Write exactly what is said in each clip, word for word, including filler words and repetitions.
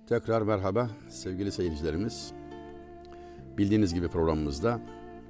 Tekrar merhaba sevgili seyircilerimiz. Bildiğiniz gibi programımızda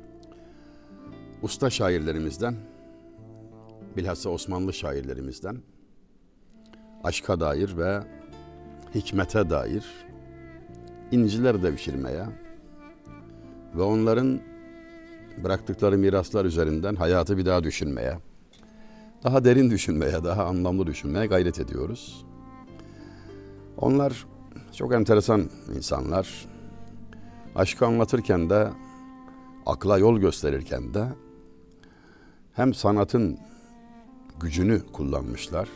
usta şairlerimizden, bilhassa Osmanlı şairlerimizden aşka dair ve hikmete dair inciler devşirmeye ve onların bıraktıkları miraslar üzerinden hayatı bir daha düşünmeye, daha derin düşünmeye, daha anlamlı düşünmeye gayret ediyoruz. Onlar çok enteresan insanlar. Aşkı anlatırken de, akla yol gösterirken de hem sanatın gücünü kullanmışlar,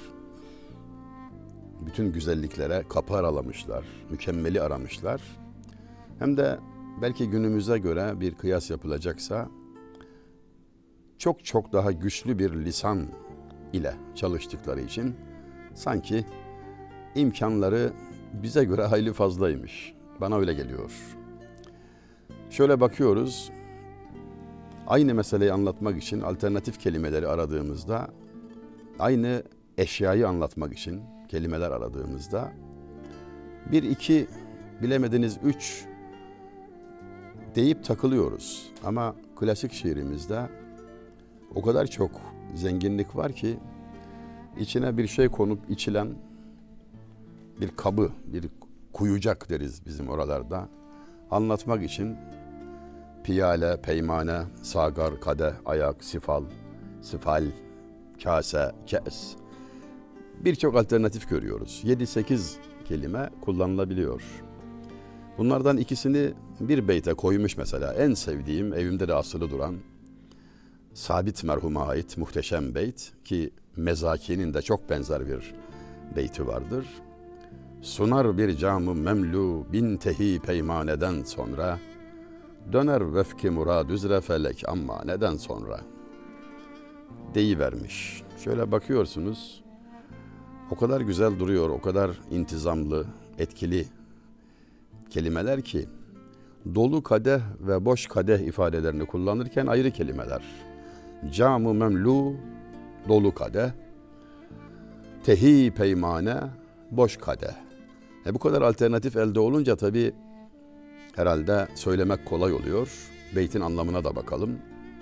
bütün güzelliklere kapı aralamışlar, mükemmeli aramışlar. Hem de belki günümüze göre bir kıyas yapılacaksa çok çok daha güçlü bir lisan ile çalıştıkları için sanki imkanları bize göre hayli fazlaymış. Bana öyle geliyor. Şöyle bakıyoruz, aynı meseleyi anlatmak için alternatif kelimeleri aradığımızda, aynı eşyayı anlatmak için kelimeler aradığımızda, bir, iki, bilemediniz üç deyip takılıyoruz. Ama klasik şiirimizde o kadar çok zenginlik var ki, içine bir şey konup içilen bir kabı, bir kuyucak deriz bizim oralarda, anlatmak için piyale, peymane, sagar, kadeh, ayak, sifal, sifal, kase, kes, birçok alternatif görüyoruz. Yedi sekiz kelime kullanılabiliyor. Bunlardan ikisini bir beyte koymuş mesela. En sevdiğim, evimde de asılı duran Sabit merhuma ait muhteşem beyt ki Mezaki'nin de çok benzer bir beyti vardır. Sunar bir camı memlu bin tehi peymaneden sonra, döner vefki murad üzere felek ama neden sonra deyivermiş. Şöyle bakıyorsunuz, o kadar güzel duruyor, o kadar intizamlı, etkili kelimeler ki, dolu kadeh ve boş kadeh ifadelerini kullanırken ayrı kelimeler. Cam-ı memlu, dolu kadeh, tehi peymane, boş kadeh. E bu kadar alternatif elde olunca tabii herhalde söylemek kolay oluyor. Beytin anlamına da bakalım.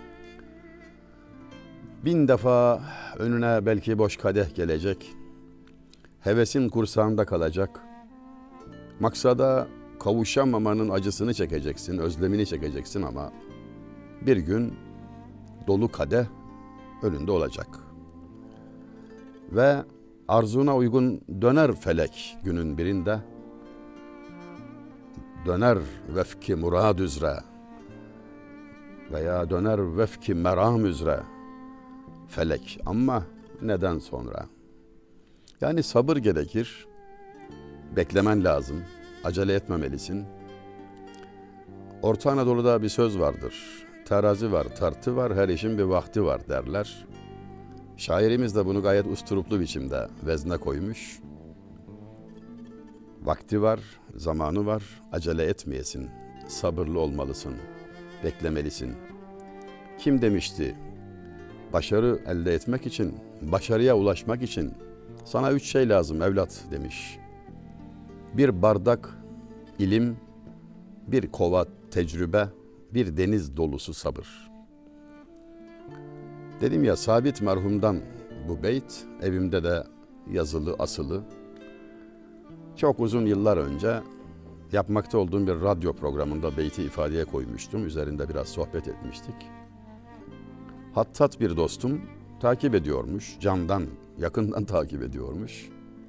Bin defa önüne belki boş kadeh gelecek. Hevesin kursağında kalacak. Maksada kavuşamamanın acısını çekeceksin, özlemini çekeceksin ama bir gün dolu kadeh önünde olacak. Ve arzuna uygun döner felek günün birinde, döner vefki murad üzere veya döner vefki meram üzere felek ama neden sonra? Yani sabır gerekir, beklemen lazım, acele etmemelisin. Orta Anadolu'da bir söz vardır, terazi var, tartı var, her işin bir vakti var derler. Şairimiz de bunu gayet usturuplu biçimde vezne koymuş. Vakti var, zamanı var, acele etmeyesin, sabırlı olmalısın, beklemelisin. Kim demişti? Başarı elde etmek için, başarıya ulaşmak için sana üç şey lazım evlat demiş. Bir bardak ilim, bir kova tecrübe, bir deniz dolusu sabır. Dedim ya, Sabit merhumdan bu beyt evimde de yazılı, asılı. Çok uzun yıllar önce yapmakta olduğum bir radyo programında beyti ifadeye koymuştum. Üzerinde biraz sohbet etmiştik. Hattat bir dostum takip ediyormuş, candan, yakından takip ediyormuş.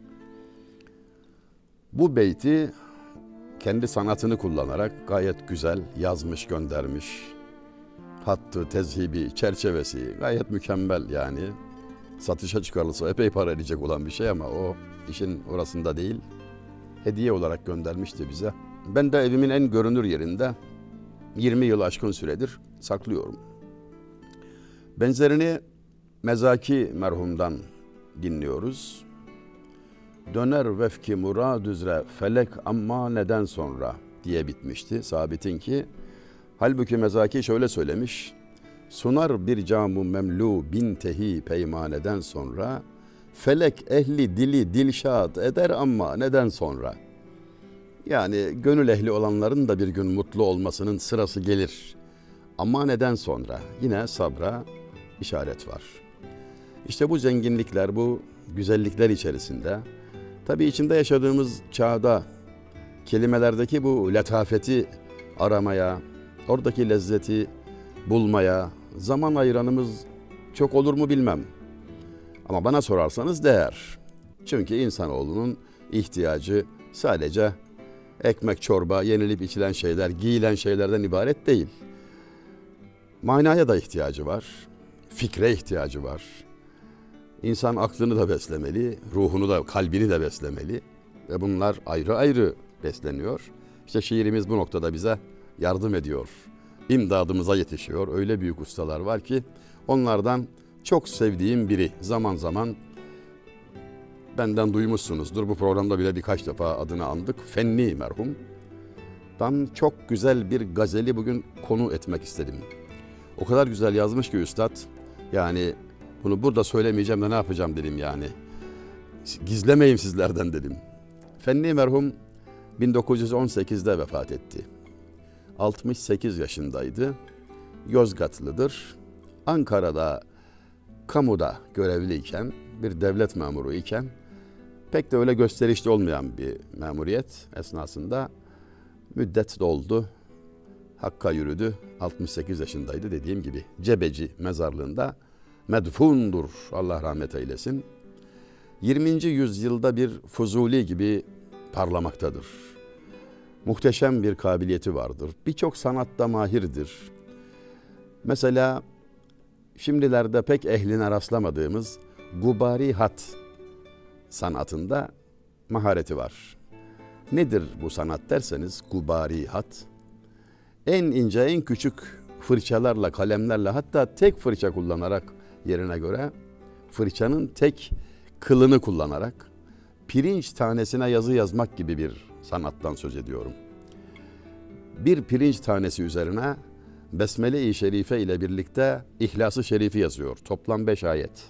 Bu beyti kendi sanatını kullanarak gayet güzel yazmış, göndermiş. Hattı, tezhibi, çerçevesi gayet mükemmel yani. Satışa çıkarılsa epey para edecek olan bir şey ama o işin orasında değil. Hediye olarak göndermişti bize. Ben de evimin en görünür yerinde yirmi yıl aşkın süredir saklıyorum. Benzerini Mezaki merhumdan dinliyoruz. Döner vefki murad üzere felek amma neden sonra diye bitmişti Sabit'in ki. Halbuki Mezaki şöyle söylemiş. Sunar bir camu memlu bin tehi peymaneden sonra, felek ehli dili dilşad eder ama neden sonra? Yani gönül ehli olanların da bir gün mutlu olmasının sırası gelir. Ama neden sonra? Yine sabra işaret var. İşte bu zenginlikler, bu güzellikler içerisinde, tabii içinde yaşadığımız çağda kelimelerdeki bu letafeti aramaya, oradaki lezzeti bulmaya zaman ayıranımız çok olur mu bilmem. Ama bana sorarsanız değer. Çünkü insanoğlunun ihtiyacı sadece ekmek, çorba, yenilip içilen şeyler, giyilen şeylerden ibaret değil. Manaya da ihtiyacı var, fikre ihtiyacı var. İnsan aklını da beslemeli, ruhunu da, kalbini de beslemeli. Ve bunlar ayrı ayrı besleniyor. İşte şiirimiz bu noktada bize yardım ediyor. İmdadımıza yetişiyor. Öyle büyük ustalar var ki onlardan çok sevdiğim biri. Zaman zaman benden duymuşsunuzdur. Bu programda bile birkaç defa adını andık. Fenni merhum. Ben çok güzel bir gazeli bugün konu etmek istedim. O kadar güzel yazmış ki üstad. Yani bunu burada söylemeyeceğim de ne yapacağım dedim yani. Gizlemeyeyim sizlerden dedim. Fenni merhum bin dokuz yüz on sekizde vefat etti. altmış sekiz yaşındaydı. Yozgatlıdır. Ankara'da kamuda görevliyken, bir devlet memuru iken pek de öyle gösterişli olmayan bir memuriyet esnasında müddet doldu. Hakka yürüdü. altmış sekiz yaşındaydı dediğim gibi. Cebeci mezarlığında medfundur. Allah rahmet eylesin. yirminci yüzyılda bir Fuzuli gibi parlamaktadır. Muhteşem bir kabiliyeti vardır. Birçok sanatta mahirdir. Mesela şimdilerde pek ehline rastlamadığımız gubari hat sanatında mahareti var. Nedir bu sanat derseniz gubari hat, en ince, en küçük fırçalarla, kalemlerle, hatta tek fırça kullanarak yerine göre fırçanın tek kılını kullanarak pirinç tanesine yazı yazmak gibi bir sanattan söz ediyorum. Bir pirinç tanesi üzerine Besmele-i Şerife ile birlikte İhlas-ı Şerifi yazıyor. Toplam beş ayet.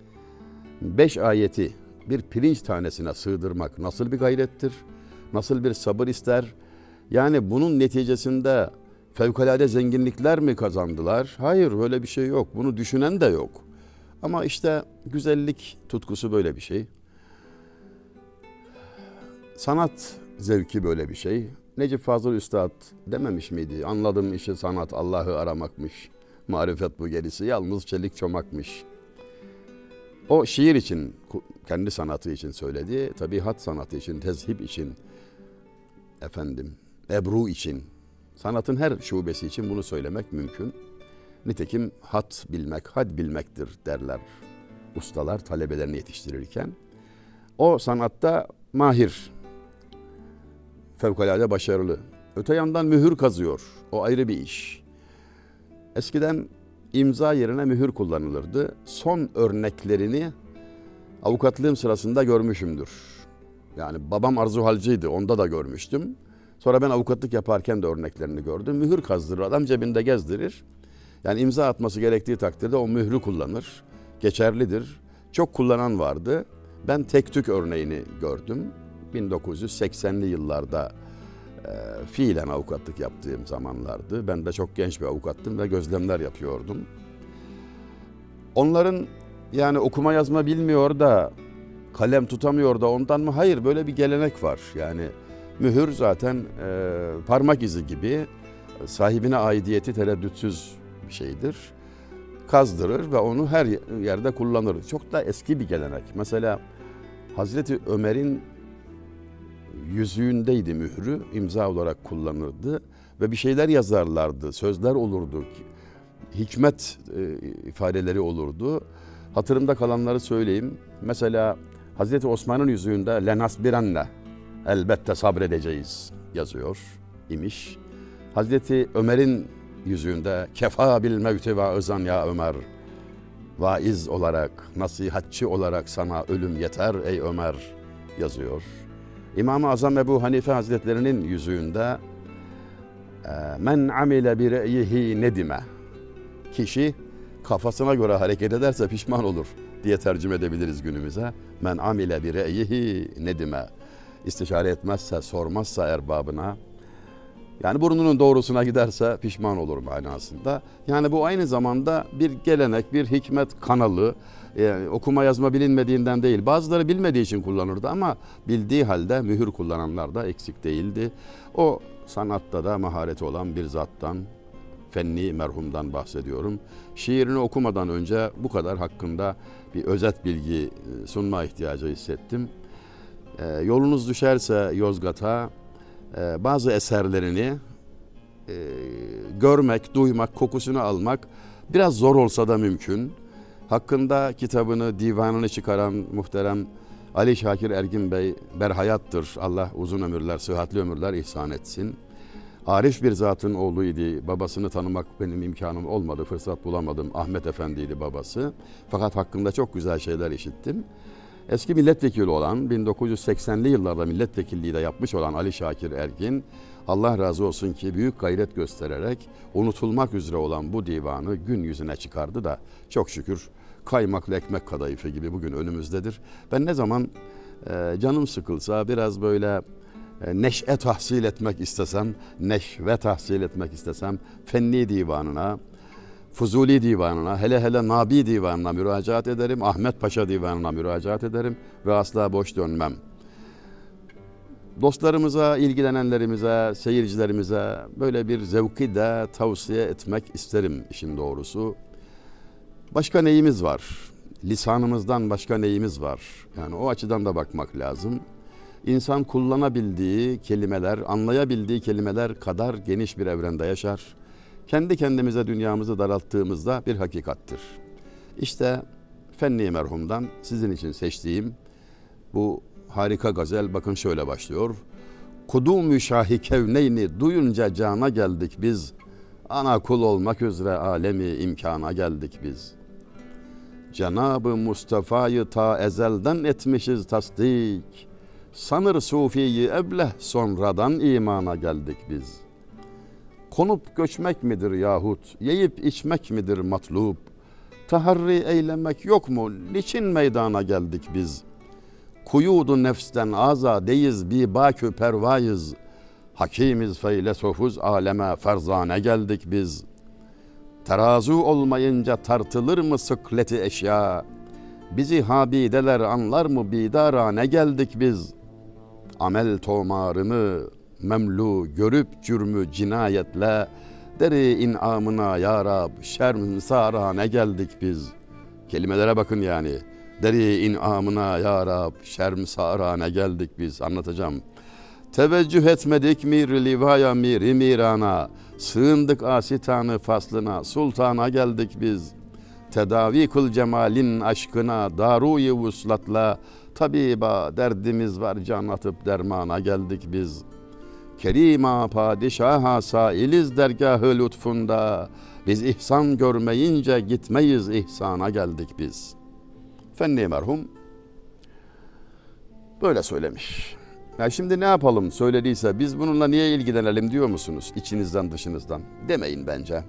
Beş ayeti bir pirinç tanesine sığdırmak nasıl bir gayrettir? Nasıl bir sabır ister? Yani bunun neticesinde fevkalade zenginlikler mi kazandılar? Hayır, öyle bir şey yok. Bunu düşünen de yok. Ama işte güzellik tutkusu böyle bir şey. Sanat zevki böyle bir şey. Necip Fazıl Üstad dememiş miydi? Anladım işi sanat Allah'ı aramakmış. Marifet bu gerisi yalnız çelik çomakmış. O şiir için, kendi sanatı için söyledi. Tabii hat sanatı için, tezhip için, efendim, ebru için, sanatın her şubesi için bunu söylemek mümkün. Nitekim hat bilmek, had bilmektir derler ustalar talebelerini yetiştirirken. O sanatta mahir, fevkalade başarılı. Öte yandan mühür kazıyor. O ayrı bir iş. Eskiden imza yerine mühür kullanılırdı. Son örneklerini avukatlığım sırasında görmüşümdür. Yani babam arzuhalcıydı, onda da görmüştüm. Sonra ben avukatlık yaparken de örneklerini gördüm. Mühür kazdırır, adam cebinde gezdirir. Yani imza atması gerektiği takdirde o mührü kullanır. Geçerlidir. Çok kullanan vardı. Ben tek tük örneğini gördüm. bin dokuz yüz seksenli yıllarda e, fiilen avukatlık yaptığım zamanlardı. Ben de çok genç bir avukattım ve gözlemler yapıyordum. Onların yani okuma yazma bilmiyor da kalem tutamıyor da ondan mı? Hayır, böyle bir gelenek var. Yani mühür zaten e, parmak izi gibi sahibine aidiyeti tereddütsüz bir şeydir. Kazdırır ve onu her yerde kullanır. Çok da eski bir gelenek. Mesela Hazreti Ömer'in yüzüğündeydi mührü, imza olarak kullanırdı ve bir şeyler yazarlardı, sözler olurdu, hikmet e, ifadeleri olurdu. Hatırımda kalanları söyleyeyim. Mesela Hazreti Osman'ın yüzüğünde lenasbiranne, elbette sabredeceğiz yazıyor imiş. Hazreti Ömer'in yüzüğünde kefa bil mevti vaizan ya Ömer, vaiz olarak, nasihatçi olarak sana ölüm yeter ey Ömer yazıyor. İmam-ı Azam Ebu Hanife Hazretlerinin yüzüğünde men amile bi re'yihi nedime, kişi kafasına göre hareket ederse pişman olur diye tercüme edebiliriz günümüze. Men amile bi re'yihi nedime, istişare etmezse, sormazsa erbabına, yani burnunun doğrusuna giderse pişman olur manasında. Yani bu aynı zamanda bir gelenek, bir hikmet kanalı. Yani okuma yazma bilinmediğinden değil. Bazıları bilmediği için kullanırdı ama bildiği halde mühür kullananlar da eksik değildi. O sanatta da mahareti olan bir zattan, Fenni merhumdan bahsediyorum. Şiirini okumadan önce bu kadar hakkında bir özet bilgi sunma ihtiyacı hissettim. Ee, yolunuz düşerse Yozgat'a, e, bazı eserlerini e, görmek, duymak, kokusunu almak biraz zor olsa da mümkün. Hakkında kitabını, divanını çıkaran muhterem Ali Şakir Ergin Bey berhayattır. Allah uzun ömürler, sıhhatli ömürler ihsan etsin. Arif bir zatın oğluydu. Babasını tanımak benim imkanım olmadı, fırsat bulamadım. Ahmet Efendi'ydi babası. Fakat hakkında çok güzel şeyler işittim. Eski milletvekili olan, bin dokuz yüz seksenli yıllarda milletvekilliği de yapmış olan Ali Şakir Ergin, Allah razı olsun ki büyük gayret göstererek unutulmak üzere olan bu divanı gün yüzüne çıkardı da çok şükür kaymaklı ekmek kadayıfı gibi bugün önümüzdedir. Ben ne zaman e, canım sıkılsa, biraz böyle e, neşe tahsil etmek istesem, neşve tahsil etmek istesem Fenni divanına, Fuzuli divanına, hele hele Nabi divanına müracaat ederim, Ahmet Paşa divanına müracaat ederim ve asla boş dönmem. Dostlarımıza, ilgilenenlerimize, seyircilerimize böyle bir zevki de tavsiye etmek isterim işin doğrusu. Başka neyimiz var? Lisanımızdan başka neyimiz var? Yani o açıdan da bakmak lazım. İnsan kullanabildiği kelimeler, anlayabildiği kelimeler kadar geniş bir evrende yaşar. Kendi kendimize dünyamızı daralttığımızda bir hakikattir. İşte Fenni merhumdan sizin için seçtiğim bu harika gazel bakın şöyle başlıyor. Kudûm-ü şâhi kevneyni duyunca cana geldik biz. Ana kul olmak üzere alemi imkana geldik biz. Cenab-ı Mustafa'yı ta ezelden etmişiz tasdik. Sanır sufiyi ebleh sonradan imana geldik biz. Konup göçmek midir yahut yiyip içmek midir matlub? Taharri eylemek yok mu? Niçin meydana geldik biz? Kuyudu nefsten azadeyiz, bi bakü pervayız. Hakimiz feylesofuz aleme ferzane geldik biz. Terazu olmayınca tartılır mı sıkleti eşya? Bizi habideler anlar mı bidarane geldik biz? Amel tomarını memlu görüp cürmü cinayetle deri inamına ya Rab şerm sarane geldik biz. Kelimelere bakın yani. Deri inamına ya Rab şerm sarane geldik biz. Anlatacağım. Teveccüh etmedik mir livaya miri mirana. Sığındık asitanı faslına. Sultana geldik biz. Tedavi kıl cemalin aşkına. Daruyu vuslatla. Tabiba derdimiz var can atıp dermana geldik biz. Kerima padişaha sailiz dergâh-ı lütfunda. Biz ihsan görmeyince gitmeyiz ihsana geldik biz. Fenni merhum böyle söylemiş. Ya şimdi ne yapalım söylediyse biz bununla niye ilgilenelim diyor musunuz? İçinizden dışınızdan. Demeyin bence.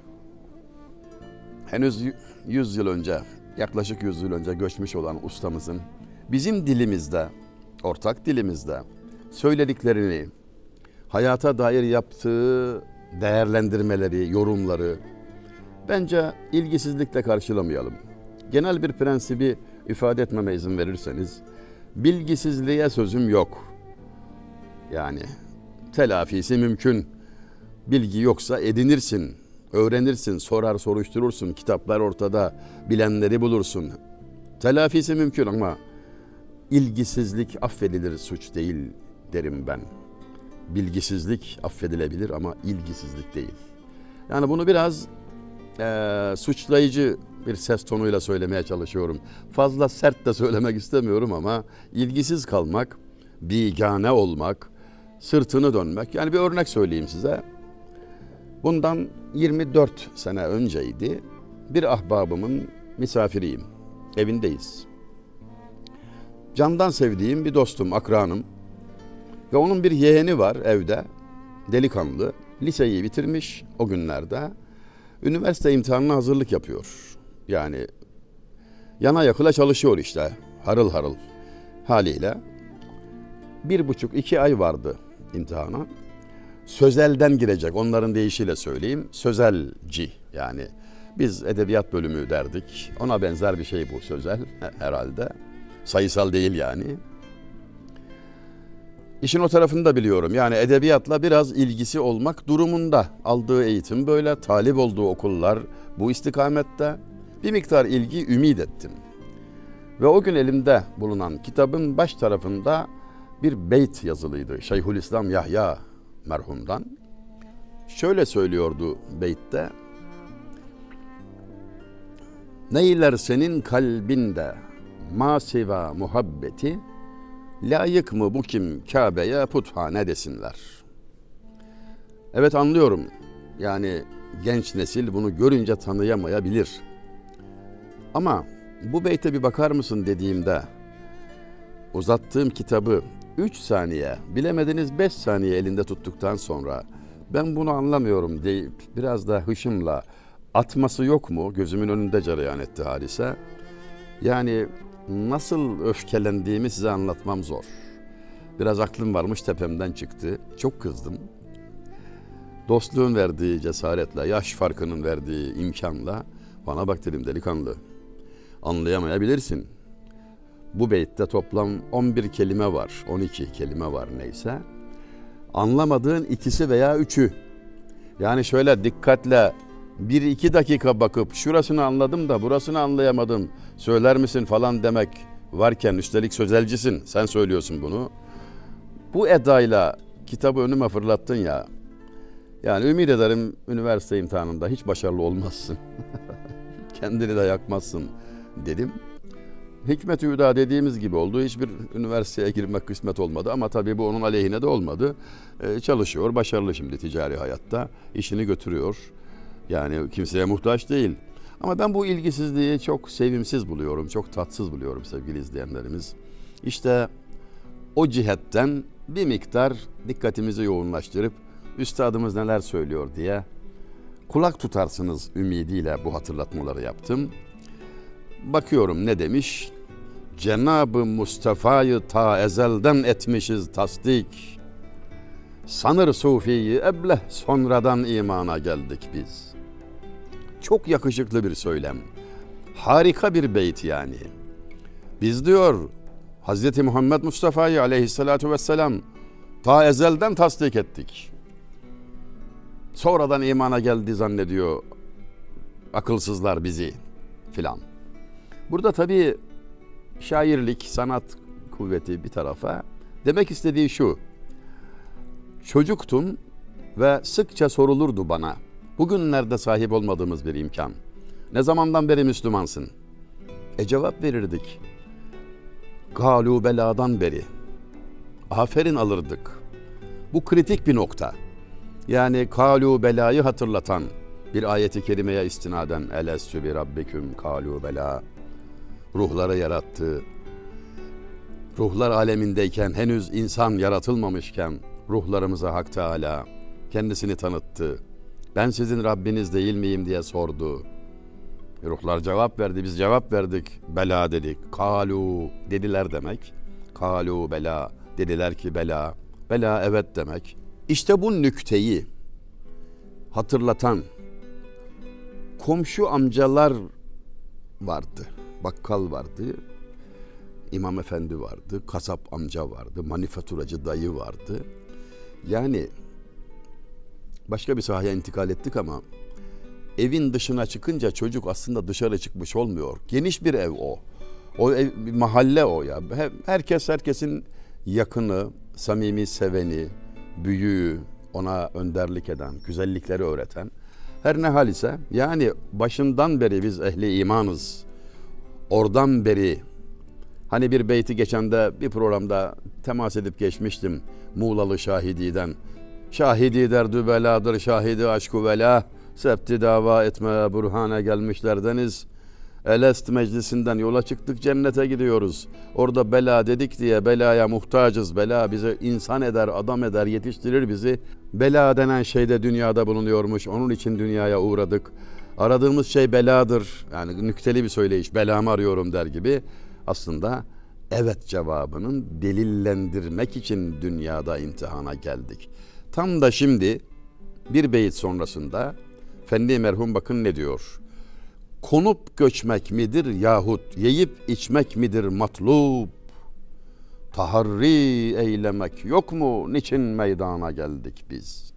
Henüz yüz yıl önce, yaklaşık yüz yıl önce göçmüş olan ustamızın bizim dilimizde, ortak dilimizde söylediklerini, hayata dair yaptığı değerlendirmeleri, yorumları bence ilgisizlikle karşılamayalım. Genel bir prensibi ifade etmeme izin verirseniz, bilgisizliğe sözüm yok. Yani telafisi mümkün. Bilgi yoksa edinirsin, öğrenirsin, sorar soruşturursun, kitaplar ortada, bilenleri bulursun. Telafisi mümkün ama ilgisizlik affedilir suç değil derim ben. Bilgisizlik affedilebilir ama ilgisizlik değil. Yani bunu biraz e, suçlayıcı bir ses tonuyla söylemeye çalışıyorum. Fazla sert de söylemek istemiyorum ama ilgisiz kalmak, bigane olmak, sırtını dönmek. Yani bir örnek söyleyeyim size. Bundan yirmi dört sene önceydi. Bir ahbabımın misafiriyim. Evindeyiz. Candan sevdiğim bir dostum, akranım. Ve onun bir yeğeni var evde. Delikanlı. Liseyi bitirmiş o günlerde. Üniversite imtihanına hazırlık yapıyor. Yani yana yakıla çalışıyor işte. Harıl harıl haliyle. bir buçuk iki ay vardı imtihana. Sözelden girecek, onların deyişiyle söyleyeyim. Sözelci yani. Biz edebiyat bölümü derdik. Ona benzer bir şey bu sözel herhalde. Sayısal değil yani. İşin o tarafını da biliyorum. Yani edebiyatla biraz ilgisi olmak durumunda. Aldığı eğitim böyle, talip olduğu okullar bu istikamette. Bir miktar ilgi ümit ettim. Ve o gün elimde bulunan kitabın baş tarafında bir beyt yazılıydı. Şeyhülislam Yahya merhumdan. Şöyle söylüyordu beytte. Neyler senin kalbinde ma siva muhabbeti, layık mı bu kim Kabe'ye puthane desinler. Evet, anlıyorum. Yani genç nesil bunu görünce tanıyamayabilir. Ama bu beyte bir bakar mısın dediğimde uzattığım kitabı üç saniye, bilemediniz beş saniye elinde tuttuktan sonra ben bunu anlamıyorum deyip biraz da hışımla atması yok mu? Gözümün önünde cereyan etti hadise. Yani nasıl öfkelendiğimi size anlatmam zor. Biraz aklım varmış, tepemden çıktı. Çok kızdım. Dostluğun verdiği cesaretle, yaş farkının verdiği imkanla bana bak dedim delikanlı. Anlayamayabilirsin. Bu beytte toplam on bir kelime var, on iki kelime var neyse. Anlamadığın ikisi veya üçü. Yani şöyle dikkatle bir iki dakika bakıp şurasını anladım da burasını anlayamadım, söyler misin falan demek varken, üstelik sözelcisin, sen söylüyorsun bunu. Bu edayla kitabı önüme fırlattın ya, yani ümit ederim üniversite imtihanında hiç başarılı olmazsın. Kendini de yakmazsın dedim. Hikmet-i Hüda dediğimiz gibi oldu. Hiçbir üniversiteye girmek kısmet olmadı ama tabii bu onun aleyhine de olmadı. Ee, çalışıyor, başarılı şimdi ticari hayatta. İşini götürüyor. Yani kimseye muhtaç değil. Ama ben bu ilgisizliği çok sevimsiz buluyorum, çok tatsız buluyorum sevgili izleyenlerimiz. İşte o cihetten bir miktar dikkatimizi yoğunlaştırıp üstadımız neler söylüyor diye kulak tutarsınız ümidiyle bu hatırlatmaları yaptım. Bakıyorum ne demiş? Cenab-ı Mustafa'yı ta ezelden etmişiz tasdik. Sanır sufiyi ebleh sonradan imana geldik biz. Çok yakışıklı bir söylem. Harika bir beyt yani. Biz diyor Hazreti Muhammed Mustafa'yı aleyhissalatu vesselam ta ezelden tasdik ettik. Sonradan imana geldi zannediyor akılsızlar bizi filan. Burada tabii şairlik, sanat kuvveti bir tarafa. Demek istediği şu. Çocuktum ve sıkça sorulurdu bana. Bugünlerde sahip olmadığımız bir imkan. Ne zamandan beri Müslümansın? E cevap verirdik. Galu beladan beri. Aferin alırdık. Bu kritik bir nokta. Yani kalu belayı hatırlatan bir ayeti kerimeye istinaden elestü bi rabbiküm kalu bela. Ruhları yarattı. Ruhlar alemindeyken, henüz insan yaratılmamışken ruhlarımıza Hak Teala kendisini tanıttı. Ben sizin Rabbiniz değil miyim diye sordu. Ruhlar cevap verdi, biz cevap verdik. Bela dedik. Kalu dediler demek. Kalu bela dediler ki bela. Bela evet demek. İşte bu nükteyi hatırlatan komşu amcalar vardı. Bakkal vardı. İmam efendi vardı. Kasap amca vardı. Manifaturacı dayı vardı. Yani başka bir sahaya intikal ettik ama evin dışına çıkınca çocuk aslında dışarı çıkmış olmuyor. Geniş bir ev o. O ev, bir mahalle o ya. Herkes herkesin yakını, samimi seveni, büyüğü, ona önderlik eden, güzellikleri öğreten. Her ne hal ise yani başından beri biz ehli imanız. Oradan beri hani bir beyti geçen de bir programda temas edip geçmiştim. Muğlalı Şahidi'den. Şahidi derdü beladır, şahidi aşku vela. Septi dava etmeye burhane gelmişler deniz. Elest meclisinden yola çıktık, cennete gidiyoruz. Orada bela dedik diye belaya muhtacız. Bela bizi insan eder, adam eder, yetiştirir bizi. Bela denen şey de dünyada bulunuyormuş. Onun için dünyaya uğradık. Aradığımız şey beladır. Yani nükteli bir söyleyiş. Belamı arıyorum der gibi. Aslında evet cevabının delillendirmek için dünyada imtihana geldik. Tam da şimdi bir beyit sonrasında Fendi merhum bakın ne diyor? Konup göçmek midir yahut yiyip içmek midir matlub? Taharri eylemek yok mu? Niçin meydana geldik biz?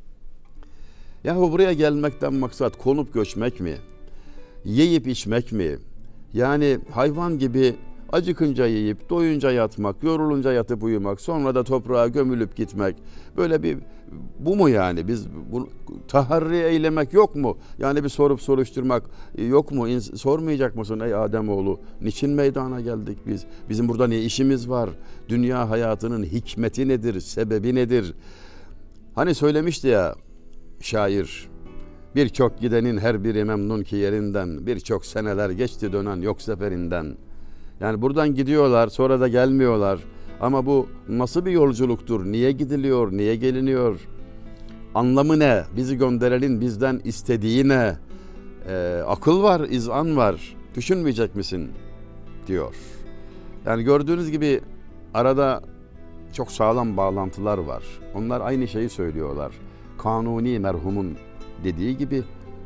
Yahu buraya gelmekten maksat konup göçmek mi? Yiyip içmek mi? Yani hayvan gibi acıkınca yiyip, doyunca yatmak, yorulunca yatıp uyumak, sonra da toprağa gömülüp gitmek. Böyle bir, bu mu yani? Biz bu, taharri eylemek yok mu? Yani bir sorup soruşturmak yok mu? İns- sormayacak mısın ey Ademoğlu? Niçin meydana geldik biz? Bizim burada ne işimiz var? Dünya hayatının hikmeti nedir? Sebebi nedir? Hani söylemişti ya şair, birçok gidenin her biri memnun ki yerinden, birçok seneler geçti dönen yok seferinden. Yani buradan gidiyorlar, sonra da gelmiyorlar. Ama bu nasıl bir yolculuktur? Niye gidiliyor, niye geliniyor? Anlamı ne? Bizi gönderenin bizden istediği ne? Ee, akıl var, izan var. Düşünmeyecek misin? Diyor. Yani gördüğünüz gibi arada çok sağlam bağlantılar var. Onlar aynı şeyi söylüyorlar. Kanuni merhumun dediği gibi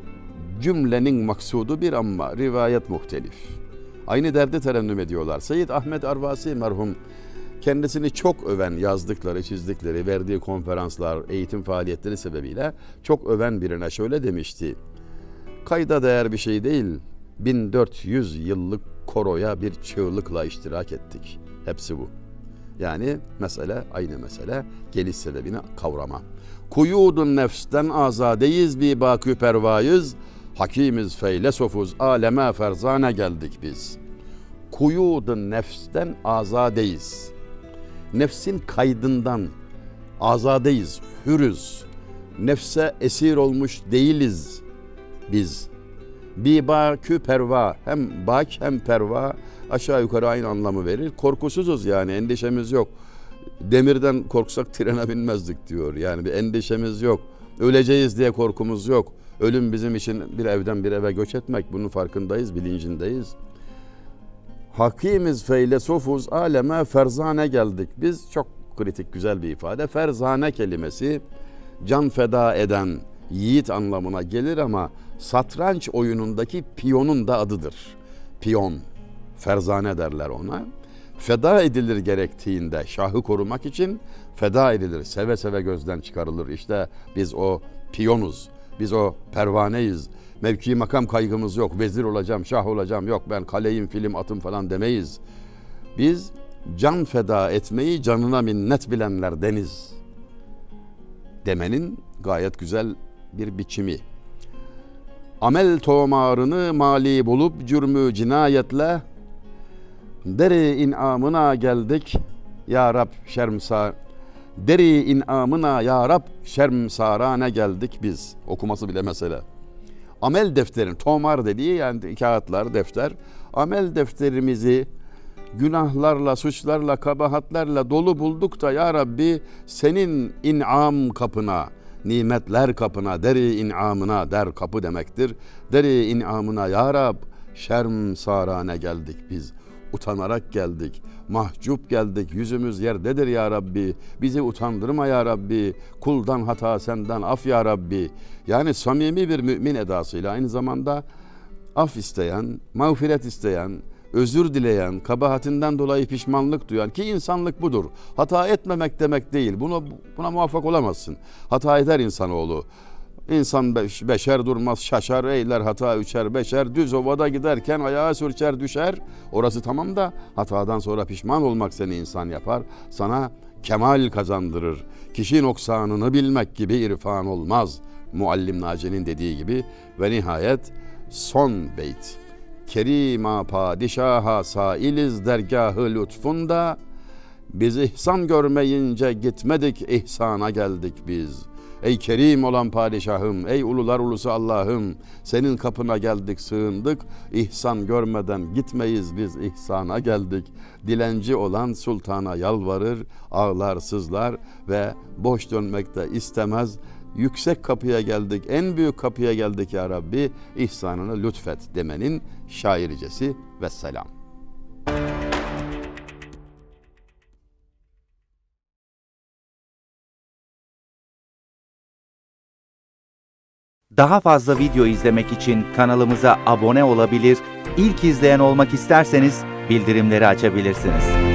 cümlenin maksudu bir ama rivayet muhtelif. Aynı derdi terennüm ediyorlar. Seyyid Ahmet Arvasi merhum kendisini çok öven yazdıkları, çizdikleri, verdiği konferanslar, eğitim faaliyetleri sebebiyle çok öven birine şöyle demişti. Kayda değer bir şey değil, bin dört yüz yıllık koroya bir çığlıkla iştirak ettik. Hepsi bu. Yani mesele, aynı mesele, geliş sebebini kavrama. Kuyudun nefsten azadeyiz, bir bakü pervayız, hakimiz feylesofuz, aleme ferzane geldik biz. Kuyudun nefsten azadeyiz. Nefsin kaydından azadeyiz, hürüz. Nefse esir olmuş değiliz biz. Bir bakü perva, hem bak hem perva aşağı yukarı aynı anlamı verir. Korkusuzuz yani, endişemiz yok. Demirden korksak trene binmezdik diyor. Yani bir endişemiz yok. Öleceğiz diye korkumuz yok. Ölüm bizim için bir evden bir eve göç etmek. Bunun farkındayız, bilincindeyiz. Hakimiz feylesofuz, aleme ferzane geldik. Biz çok kritik, güzel bir ifade. Ferzane kelimesi can feda eden yiğit anlamına gelir ama satranç oyunundaki piyonun da adıdır. Piyon, ferzane derler ona. Feda edilir gerektiğinde şahı korumak için feda edilir. Seve seve gözden çıkarılır. İşte biz o piyonuz. Biz o pervaneyiz. Mevki makam kaygımız yok. Vezir olacağım, şah olacağım. Yok ben kaleyim, film, atım falan demeyiz. Biz can feda etmeyi canına minnet bilenler deniz. Demenin gayet güzel bir biçimi. Amel tomarını mali bulup cürmü cinayetle deri inamına geldik ya Rab şermsar. Deri inamına ya Rab şermsarane geldik biz. Okuması bile mesele. Amel defterin, tomar dediği yani kağıtlar, defter. Amel defterimizi günahlarla, suçlarla, kabahatlerle dolu bulduk da ya Rabbi senin inam kapına, nimetler kapına, deri inamına, der kapı demektir. Deri inamına ya Rab şerm sarane geldik biz. Utanarak geldik, mahcup geldik, yüzümüz yerdedir ya Rabbi. Bizi utandırma ya Rabbi, kuldan hata senden af ya Rabbi. Yani samimi bir mümin edasıyla aynı zamanda af isteyen, mağfiret isteyen, özür dileyen, kabahatinden dolayı pişmanlık duyan ki insanlık budur. Hata etmemek demek değil, buna, buna muvaffak olamazsın. Hata eder insanoğlu. İnsan beş, beşer durmaz şaşar, eyler hata üçer beşer, düz ovada giderken ayağı sürçer düşer. Orası tamam da hatadan sonra pişman olmak seni insan yapar. Sana kemal kazandırır. Kişi noksanını bilmek gibi irfan olmaz. Muallim Naci'nin dediği gibi ve nihayet son beyt. Kerima padişaha sailiz dergahı lütfunda, biz ihsan görmeyince gitmedik ihsana geldik biz. Ey kerim olan padişahım, ey ulular ulusu Allah'ım, senin kapına geldik sığındık, ihsan görmeden gitmeyiz biz ihsana geldik. Dilenci olan sultana yalvarır, ağlar sızlar ve boş dönmek de istemez. Yüksek kapıya geldik, en büyük kapıya geldik ya Rabbi, ihsanını lütfet demenin şairicesi vesselam. Daha fazla video izlemek için kanalımıza abone olabilir, ilk izleyen olmak isterseniz bildirimleri açabilirsiniz.